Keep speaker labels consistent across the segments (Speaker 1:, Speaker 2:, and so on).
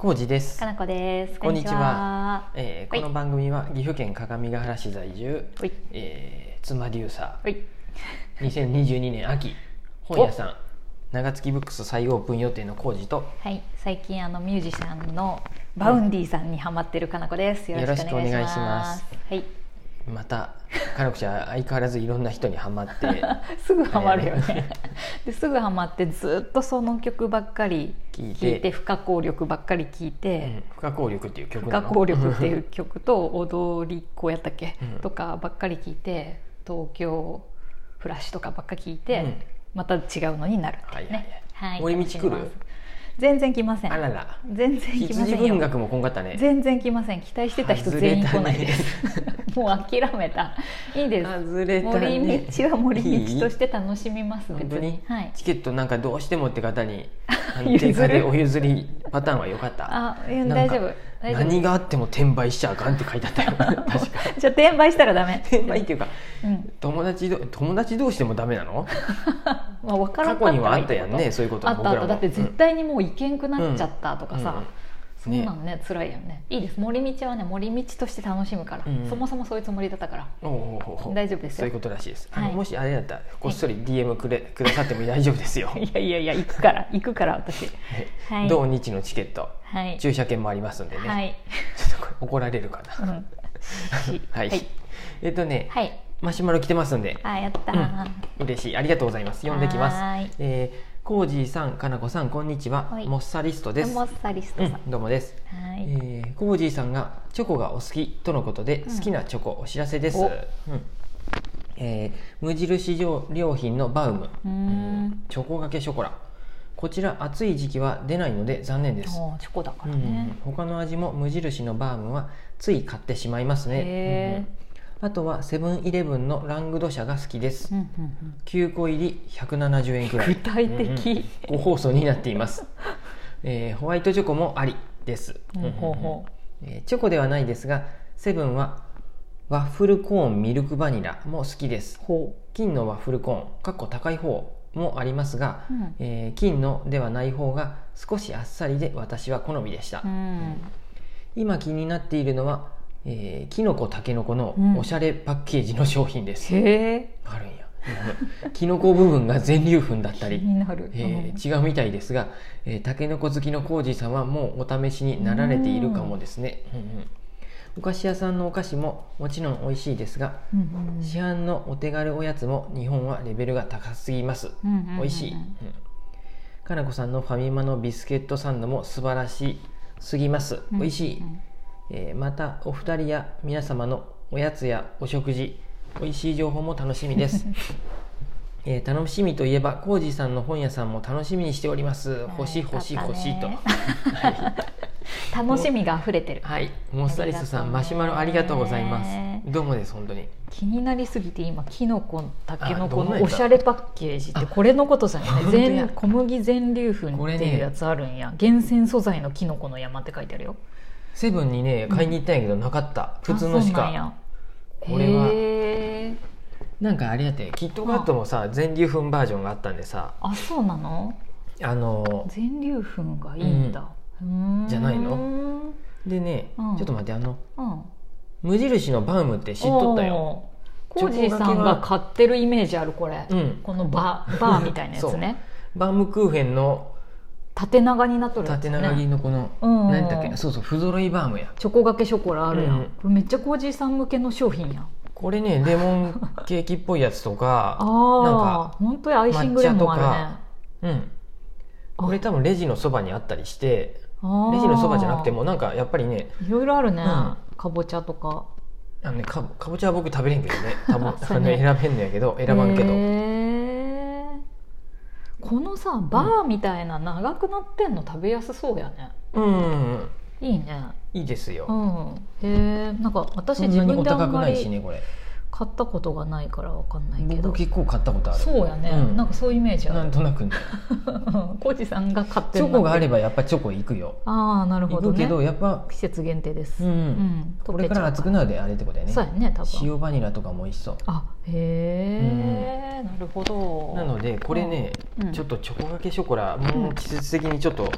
Speaker 1: 浩二です。
Speaker 2: かなこです。
Speaker 1: こんにちは。この番組は岐阜県各務原市在住、妻デューサー、2022年秋本屋さん長月ブックス再オープン予定の浩二と、
Speaker 2: 最近ミュージシャンのバウンディさんにハマってるかなこです。よろしくお願いします。
Speaker 1: またかなこちゃん相変わらずいろんな人にハマって
Speaker 2: すぐハマるよねですぐハマってずっとその曲ばっかり聴いて不可抗力ばっかり聴いて、
Speaker 1: 不可抗力っていう曲
Speaker 2: なの？不可抗力っていう曲と踊り子やったっけ、とかばっかり聴いて、東京フラッシュとかばっかり聴いて、また違うのになるっていうね。
Speaker 1: 森道来る？
Speaker 2: 全然来ません。
Speaker 1: あらら。
Speaker 2: 全然来ませんよ。
Speaker 1: 羊文学もこんかったね。
Speaker 2: 全然来ません。期待してた人全員来ないです。もう諦めた。いいです。
Speaker 1: 外れたね。
Speaker 2: 森道は森道として楽しみます。
Speaker 1: 本当に。チケットなんかどうしてもって方に定価でお譲りパターンは良かった。
Speaker 2: 大丈夫。
Speaker 1: 何があっても転売しちゃあかんって書いてあったよ。確か。
Speaker 2: じゃあ転売したらダメ。
Speaker 1: 転売っていうか、友達同士でもダメなの？
Speaker 2: まあ分からん
Speaker 1: 過去にはあったやんね、そういうこと。
Speaker 2: あった。だって絶対にもう行けんくなっちゃったとかさ。そんなのね辛いよね。いいです。森道はね、森道として楽しむから、そもそもそういうつもりだったから大丈夫ですよ。
Speaker 1: そういうことらしいです。もしあれだったらこっそり DM くださっても大丈夫ですよ。
Speaker 2: いや行くから私。
Speaker 1: 同日のチケット、駐車券もありますんでね。ちょっとこれ怒られるかな。はい。マシュマロ来てますんで。
Speaker 2: やった。
Speaker 1: 嬉しい。ありがとうございます。読んできます。コージーさん、かなこさん、こんにちは。モッサリストです。
Speaker 2: モッサリストさん、
Speaker 1: どうもです。コージーさんがチョコがお好きとのことで、好きなチョコお知らせです。無印良品のバウム、チョコがけショコラ。こちら暑い時期は出ないので残念です。
Speaker 2: チョコだからね。
Speaker 1: 他の味も無印のバウムはつい買ってしまいますね。あとはセブンイレブンのラングドシャが好きです。9個入り170円くらい。
Speaker 2: 具体的。
Speaker 1: ご包装になっています。ホワイトチョコもありです。チョコではないですが、セブンはワッフルコーンミルクバニラも好きです。金のワッフルコーン高い方もありますが、金のではない方が少しあっさりで私は好みでした。今気になっているのはきのこたけのこのおしゃれパッケージの商品です。あるんや。きのこ部分が全粒粉だったり違うみたいですが、たけのこ好きのコージーさんはもうお試しになられているかもですね。お菓子屋さんのお菓子ももちろん美味しいですが、市販のお手軽おやつも日本はレベルが高すぎます。美味しい。かなこさんのファミマのビスケットサンドも素晴らしすぎます。美味しい。またお二人や皆様のおやつやお食事、おいしい情報も楽しみです。楽しみといえばコージーさんの本屋さんも楽しみにしております。欲しいと
Speaker 2: 楽しみが溢れてる。
Speaker 1: モッサリスさん、マシュマロありがとうございます。どうもです。本当に
Speaker 2: 気になりすぎて今きのこたけのこのおしゃれパッケージってこれのことじゃない小麦全粒粉っていうやつあるんや。厳選素材のきのこの山って書いてあるよ。
Speaker 1: セブンにね買いに行ったんやけどなかった。普通のしか。これはなんかあれやって、キットカットもさ全粒粉バージョンがあったんでさ。
Speaker 2: そうなの？全粒粉がいいんだ。
Speaker 1: じゃないの？でね、ちょっと待って、無印のバウムって知っとったよ。
Speaker 2: コージーさんが買ってるイメージある。これこのバーみたいなやつね。
Speaker 1: バウムクーヘンの
Speaker 2: 縦長になっとるやつね。
Speaker 1: 縦長のこの何だっけ、そう不揃いバームや。
Speaker 2: チョコがけショコラあるやん。これめっちゃコージーさん向けの商品やん。
Speaker 1: これね、レモンケーキっぽいやつとかなんか
Speaker 2: 本当にアイシングレモンあるね。
Speaker 1: これ多分レジのそばにあったりして、レジのそばじゃなくてもなんかやっぱりね、
Speaker 2: いろいろあるね。かぼちゃとか
Speaker 1: かぼちゃは僕食べれんけどね、多分選べんのやけど、選ばんけど。
Speaker 2: このさバーみたいな長くなってんの食べやすそうやね。いいね。い
Speaker 1: いですよ。
Speaker 2: なんか私自分であんまり買ったことがないからわかんないけど、
Speaker 1: 僕結構買ったことある。
Speaker 2: そうやね、なんかそういうイメージある。
Speaker 1: なんとなくね。
Speaker 2: コージさんが買ってる。
Speaker 1: チョコがあればやっぱチョコ行くよ。
Speaker 2: なるほどね。
Speaker 1: 行くけどやっぱ
Speaker 2: 季節限定です。
Speaker 1: これから暑くなるであれってことやね。
Speaker 2: そうやね、多分。
Speaker 1: 塩バニラとかも美味しそう。
Speaker 2: なるほど。
Speaker 1: なのでこれね、ちょっとチョコがけショコラもう季節的にちょっと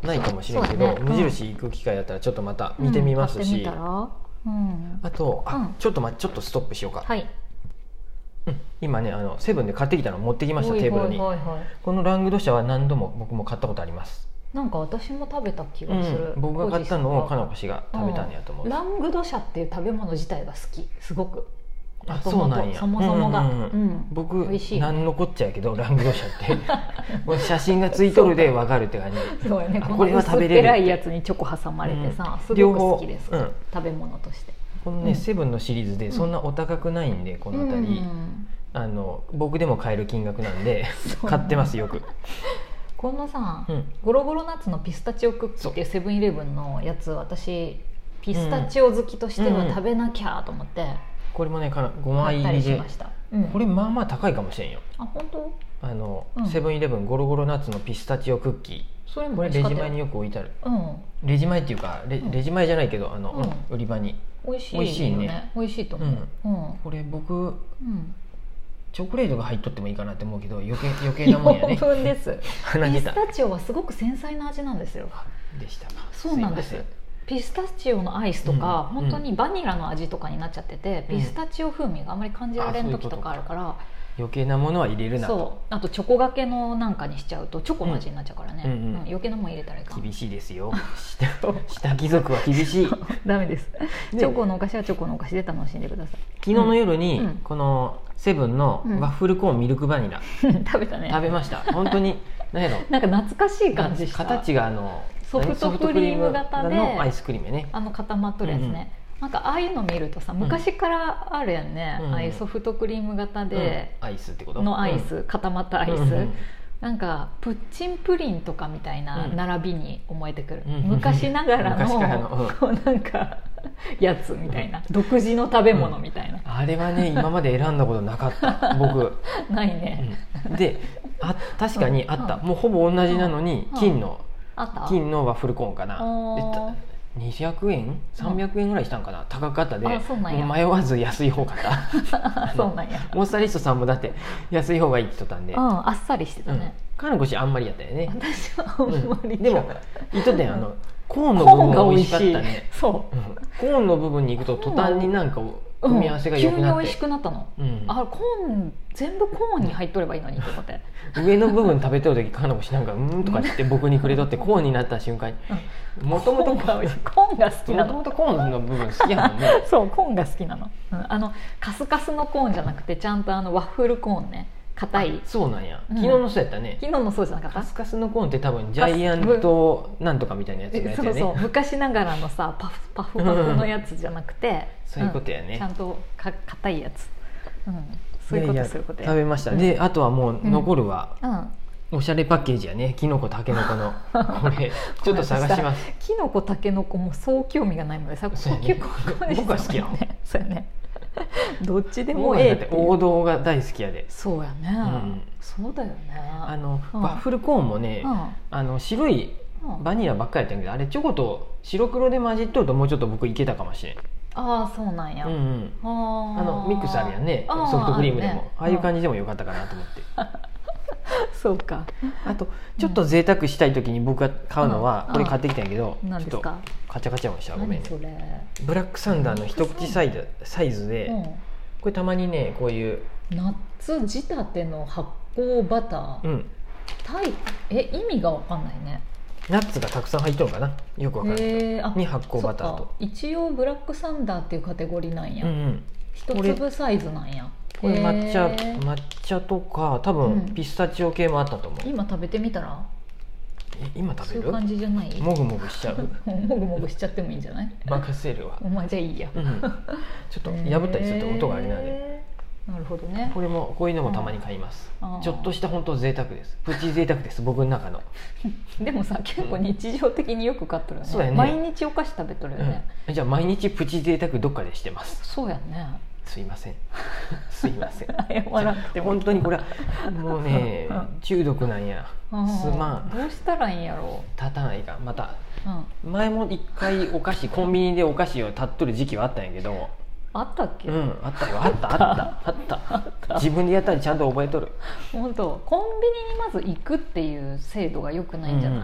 Speaker 1: ないかもしれんけど、無印行く機会だったらちょっとまた見てみますし、あとちょっとストップしようか。今ねセブンで買ってきたの持ってきました。テーブルにこのラングドシャは何度も僕も買ったことあります。
Speaker 2: なんか私も食べた気がする、
Speaker 1: 僕が買ったのをかなこ氏が食べたんやと思う。
Speaker 2: ラングドシャっていう食べ物自体が好き、すごく。
Speaker 1: そうなんや。
Speaker 2: そもそもが
Speaker 1: 僕何のこっちゃやけど、ラングドシャって写真がついとるで分かるって感じ。
Speaker 2: そうやね、これは食べれる。薄っぺらいやつにチョコ挟まれてさ、すごく好きです、食べ物として。
Speaker 1: このねセブンのシリーズでそんなお高くないんで、この辺り僕でも買える金額なんで買ってますよく。
Speaker 2: このさ、ゴロゴロナッツのピスタチオクッキーっていうセブンイレブンのやつ、私ピスタチオ好きとしては食べなきゃと思って、
Speaker 1: これもね5枚入りで、これまあまあ高いかもしれんよ。
Speaker 2: 本当？
Speaker 1: セブンイレブンゴロゴロナッツのピスタチオクッキー、これレジ前によく置いてある。レジ前っていうかレジ前じゃないけど売り場に。美味しいね。美味しいと思う。これ僕チョコレートが入っとってもいいかなって思うけど余計なもんやね。
Speaker 2: 余分です。ピスタチオはすごく繊細な味なんですよ。
Speaker 1: でしたか。
Speaker 2: そうなんです。ピスタチオのアイスとか、本当にバニラの味とかになっちゃってて、ピスタチオ風味があんまり感じられん時とかあるから、
Speaker 1: 余計なものは入れるなと。
Speaker 2: そう、あとチョコがけのなんかにしちゃうとチョコの味になっちゃうからね、余計なもの入れたらいいか。
Speaker 1: 厳しいですよ。下貴族は厳しい。
Speaker 2: ダメです。チョコのお菓子はチョコのお菓子で楽しんでください。
Speaker 1: 昨日の夜にこのセブンのワッフルコーンミルクバニラ
Speaker 2: 食べたね。
Speaker 1: 食べました。本当になんか
Speaker 2: 懐かしい感じした。
Speaker 1: 形が
Speaker 2: ソフトクリーム型で
Speaker 1: のアイスクリームね、
Speaker 2: 固まっとるやつね。なんかああいうの見るとさ、昔からあるやんね、ああいうソフトクリーム型で
Speaker 1: アイスってこと
Speaker 2: のアイス、固まったアイス、なんかプッチンプリンとかみたいな並びに思えてくる。昔ながらのなんかやつみたいな、独自の食べ物みたいな。
Speaker 1: あれはね今まで選んだことなかった僕。
Speaker 2: ないね。
Speaker 1: で確かにあった。もうほぼ同じなのに金のワッフルコーンかな。200円300円ぐらいしたんかな。高かったで迷わず安い方買った。
Speaker 2: そうなんや。
Speaker 1: モンスタリストさんもだって安い方がいいって言っとったんで、
Speaker 2: あっさりしてたね。
Speaker 1: かなこしあんまりやったよね。
Speaker 2: 私はあんまり。
Speaker 1: でも言っとったやん、コーンの部分が美味しかったね。
Speaker 2: そう、
Speaker 1: コーンの部分に行くと途端になんか組み合わせが良くなって、
Speaker 2: 急に美味しくなったの。コーン全部コーンに入っとればいいのにと思って。
Speaker 1: 上の部分食べとる時かなこしなんかとか言って僕にくれとって、コーンになった瞬間にもともとコ
Speaker 2: ーンが好きなの。
Speaker 1: もともとコーンの部分好きやもんね。
Speaker 2: そう、コーンが好きなの。カスカスのコーンじゃなくてちゃんとワッフルコーンね、硬い。
Speaker 1: そうなんや。昨日のそうやったね。
Speaker 2: 昨日のそうじゃなかった。
Speaker 1: カスカスのコーンって多分ジャイアントなんとかみたいなやつのやつやね。
Speaker 2: そう昔ながらのさパフのやつじゃなくて、
Speaker 1: そういうことやね。
Speaker 2: ちゃんと硬いやつ。そういうことすることや。
Speaker 1: 食べました。であとはもう残るはおしゃれパッケージやね。きのこたけのこのこれちょっと探します。
Speaker 2: きのこたけのこもそう興味がないのでさ、僕
Speaker 1: は好きやん。
Speaker 2: そうやね。どっちでもええって。
Speaker 1: 王道が大好きやで。
Speaker 2: そうやね。そうだよね。
Speaker 1: ワッフルコーンもね、白いバニラばっかりやったんやけど、あれチョコと白黒で混じっとるともうちょっと僕いけたかもしれん。
Speaker 2: ああそうなんや。
Speaker 1: ミックスあるやんね、ソフトクリームでもああいう感じでもよかったかなと思って。
Speaker 2: そうか。
Speaker 1: あとちょっと贅沢したい時に僕が買うのはこれ買ってきたんやけど、ちょっとカチャカチャもした。ごめんね。ブラックサンダーの一口サイズで、これたまにねこういう
Speaker 2: ナッツ仕立ての発酵バター、意味が分かんないね。
Speaker 1: ナッツがたくさん入ってるのかな、よくわかんないに発酵バターと。
Speaker 2: 一応ブラックサンダーっていうカテゴリーなんや。一粒サイズなんや。
Speaker 1: これ抹茶とか多分ピスタチオ系もあったと思う。
Speaker 2: 今食べてみたら。
Speaker 1: 今食べる？
Speaker 2: そういう感じじゃない？
Speaker 1: もぐもぐしちゃう。
Speaker 2: もぐもぐしちゃってもいいんじゃない？
Speaker 1: 任せるわ。
Speaker 2: お前じゃあいいや。
Speaker 1: ちょっと破ったりすると音があれなんで。
Speaker 2: なるほどね。
Speaker 1: こういうのもたまに買います。ちょっとした本当贅沢です。プチ贅沢です。僕の中の。
Speaker 2: でもさ、結構日常的によく買っとるよね。
Speaker 1: そうやね。
Speaker 2: 毎日お菓子食べとるよね。
Speaker 1: じゃあ毎日プチ贅沢どっかでしてます。
Speaker 2: そうやね。
Speaker 1: すいません。すいません。
Speaker 2: 謝らなくても。
Speaker 1: 本当にこれはもうね中毒なんや。すまん。
Speaker 2: どうしたらいいんやろう。
Speaker 1: 立たないかまた。前も一回お菓子コンビニでお菓子を立っとる時期はあったんやけど。
Speaker 2: あったっけ？
Speaker 1: あったよ。あった自分でやったりちゃんと覚えとる。
Speaker 2: 本当。コンビニにまず行くっていう制度が良くないんじゃない？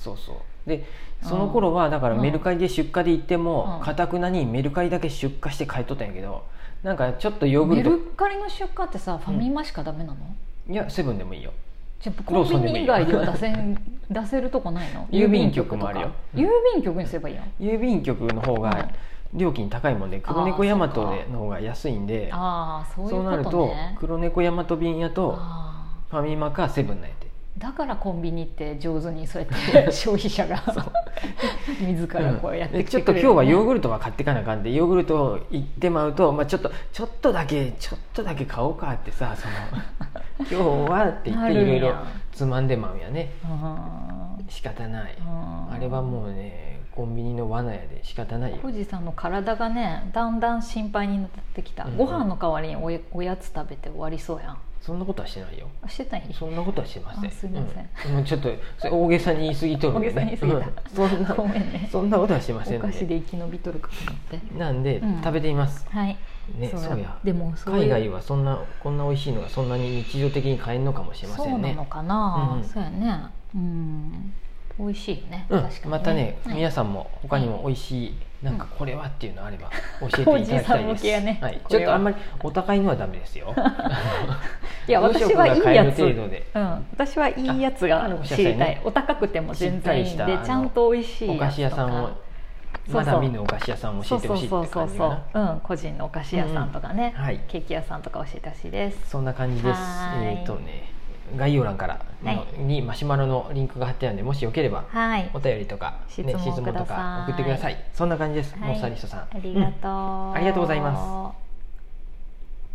Speaker 1: そうそうでその頃はだからメルカリで出荷で行ってもかたくなにメルカリだけ出荷して買い取ったんやけど、なんかちょっとヨーグルト
Speaker 2: メルカリの出荷ってさファミマしかダメなの？
Speaker 1: いやセブンでもいいよ。
Speaker 2: じゃあコンビニ以外では出せるとこないの？
Speaker 1: 郵便局もあるよ。
Speaker 2: 郵便局にすればいいやん。
Speaker 1: 郵便局の方が料金高いもんで、黒猫ヤマトの方が安いんで、そうなると黒猫ヤマト便やとファミマかセブンなんやて。
Speaker 2: だからコンビニって上手にそうやって消費者が自らこうやってきてくれる、ね、
Speaker 1: ちょっと今日はヨーグルトは買ってかなあかんってヨーグルト行ってまうと、ちょっとだけ買おうかってさ、今日はって言っていろいろつまんでまうやね。仕方ない。あれはもうねコンビニの罠やで仕方ないよ。
Speaker 2: 小路さんの体がねだんだん心配になってきた、ご飯の代わりにおやつ食べて終わりそうやん。
Speaker 1: そんなことはしてないよ。
Speaker 2: してない？
Speaker 1: そんなことはしてません。
Speaker 2: すみません、
Speaker 1: もうちょっとそれ大げさに言い過ぎとる、ね、
Speaker 2: 大げさに言い過ぎた、ごめんね。
Speaker 1: そんなことはしてません、ね、
Speaker 2: お菓子で生き延びとるかと思って。
Speaker 1: なんで、食べています。
Speaker 2: はい
Speaker 1: ね、そうや。
Speaker 2: でも
Speaker 1: 海外はこんな美味しいのがそんなに日常的に買えるのかもしれませんね。
Speaker 2: そうなのかな、そうやね。美味しいよね、確かにね。
Speaker 1: またね、皆さんも他にも美味しいなんかこれはっていうのあれば教えていただきたいです。ちょっとあんまりお高いのはダメですよ。
Speaker 2: いや私はいいやつ、私はいいやつが知りたい。お高くても全然いいんでちゃんと美味しいやつとか。
Speaker 1: お菓子屋さんをまだ見ぬお菓子屋さんを教えてほしいって感じかな。
Speaker 2: 個人のお菓子屋さんとかね、ケーキ屋さんとか教えてほしいです。
Speaker 1: そんな感じです。概要欄からにマシュマロのリンクが貼ってあるので、もしよければお便りとか質問とか送ってください。そんな感じです。モンスタリストさん、
Speaker 2: ありがとう
Speaker 1: ございます。